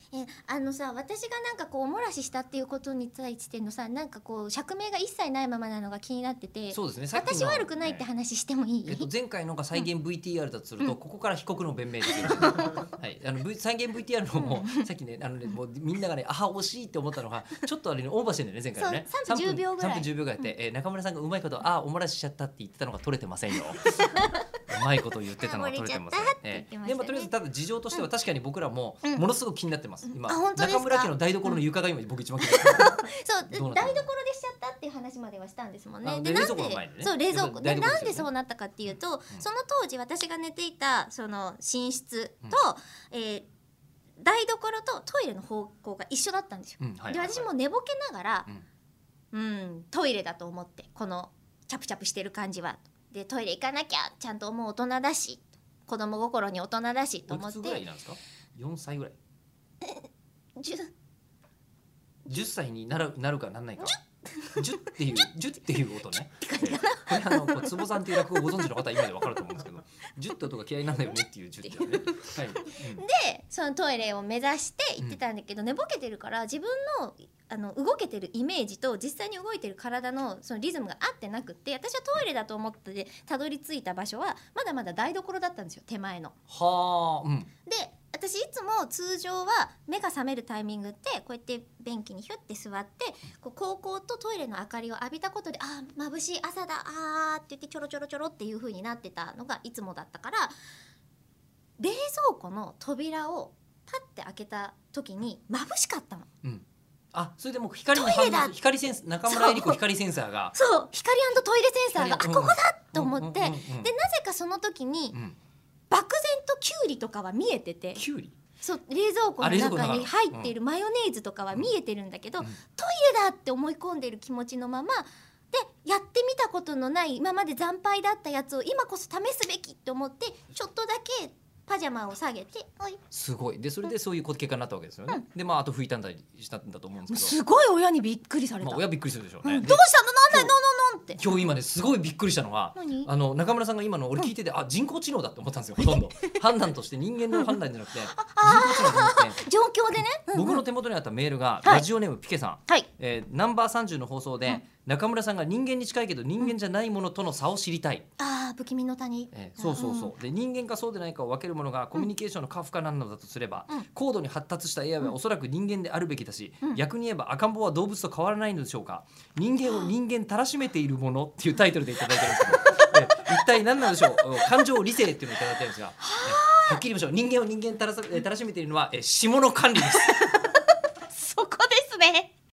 さ、私がなんかこうおもらししたっていうことに対してのさ、なんかこう釈明が一切ないままなのが気になってて。 そうですね、さっきの私悪くないって話してもいい？ 前回のが再現 VTR だとすると、ここから被告の弁明ですよ、はい、再現 VTR のもさっきね、もうみんながね、あ惜しいって思ったのがちょっとオーバーしてるんだよね、前回のね。 そう3分10秒ぐらい 3分10秒ぐらいやって、中村さんがうまいことおもらししちゃったって言ってたのが取れてませんよ。うまいこと言ってたのが取れてません。でもとりあえずただ事情としては確かに僕らもものすごく気になってます。今中村家の台所の床が今僕一番気になってます。 そう、台所でしちゃったっていう話まではしたんですもんね。 で冷蔵庫の前でね。 そう、冷蔵庫でなんでそうなったかっていうと、その当時私が寝ていたその寝室と台所とトイレの方向が一緒だったんですよ。で私も寝ぼけながらトイレだと思って、このチャプチャプしてる感じはでトイレ行かなきゃ、ちゃんともう大人だし、子供心に大人だしと思って。 いくつぐらいなんですか？4歳ぐらい10歳になるかなんないか。10っていう音ね。これつぼさんっていう落語ご存知の方は今で分かると思うんですけど、10って音が嫌いなんだよねっていう10っていうね。 でそのトイレを目指して行ってたんだけど、寝ぼけてるから自分の動けてるイメージと実際に動いてる体のそのリズムが合ってなくって、私はトイレだと思ってたどり着いた場所はまだまだ台所だったんですよ、手前の。 はあ、 で私いつも通常は目が覚めるタイミングってこうやって便器にヒュッて座ってこう高校とトイレの明かりを浴びたことで、あー眩しい朝だって言ってちょろちょろちょろっていう風になってたのがいつもだったから、冷蔵庫の扉をパッて開けた時に眩しかったの。 それでも光の反応、光センサー、中村江里子光センサーが、 そう光&トイレセンサーがここだと思って、でなぜかその時に漠然とキュウリとかは見えてて、 キュウリ、 そう冷蔵庫の中に入っているマヨネーズとかは見えてるんだけど、トイレだって思い込んでる気持ちのままで、やってみたことのない今まで惨敗だったやつを今こそ試すべきって思ってちょっとだけパジャマを下げて、 すごい。でそれでそういう結果になったわけですよね。であと拭いたんだりしたんだと思うんですけど、 すごい親にびっくりされた。 親びっくりするでしょうね。 どうしたの、なんだよ、のんって。 今日今ねすごいびっくりしたのが、中村さんが今の俺聞いてて、人工知能だって思ったんですよ。ほとんど判断として人間の判断じゃなくて人工知能と思って状況でね、 僕の手元にあったメールがラジオネームピケさん、ナンバー30の放送で中村さんが人間に近いけど人間じゃないものとの差を知りたい。 不気味の谷。 そうで人間かそうでないかを分けるものがコミュニケーションの過不可なのだとすれば、高度に発達した AI はおそらく人間であるべきだし、逆に言えば赤ん坊は動物と変わらないのでしょうか。人間を人間たらしめているものっていうタイトルでいただいてるんですけど、一体何なんでしょう。感情理性っていうのをいただいてるんですが、はっきり言いましょう。人間を人間たらしめているのは下の管理です。 そこですね。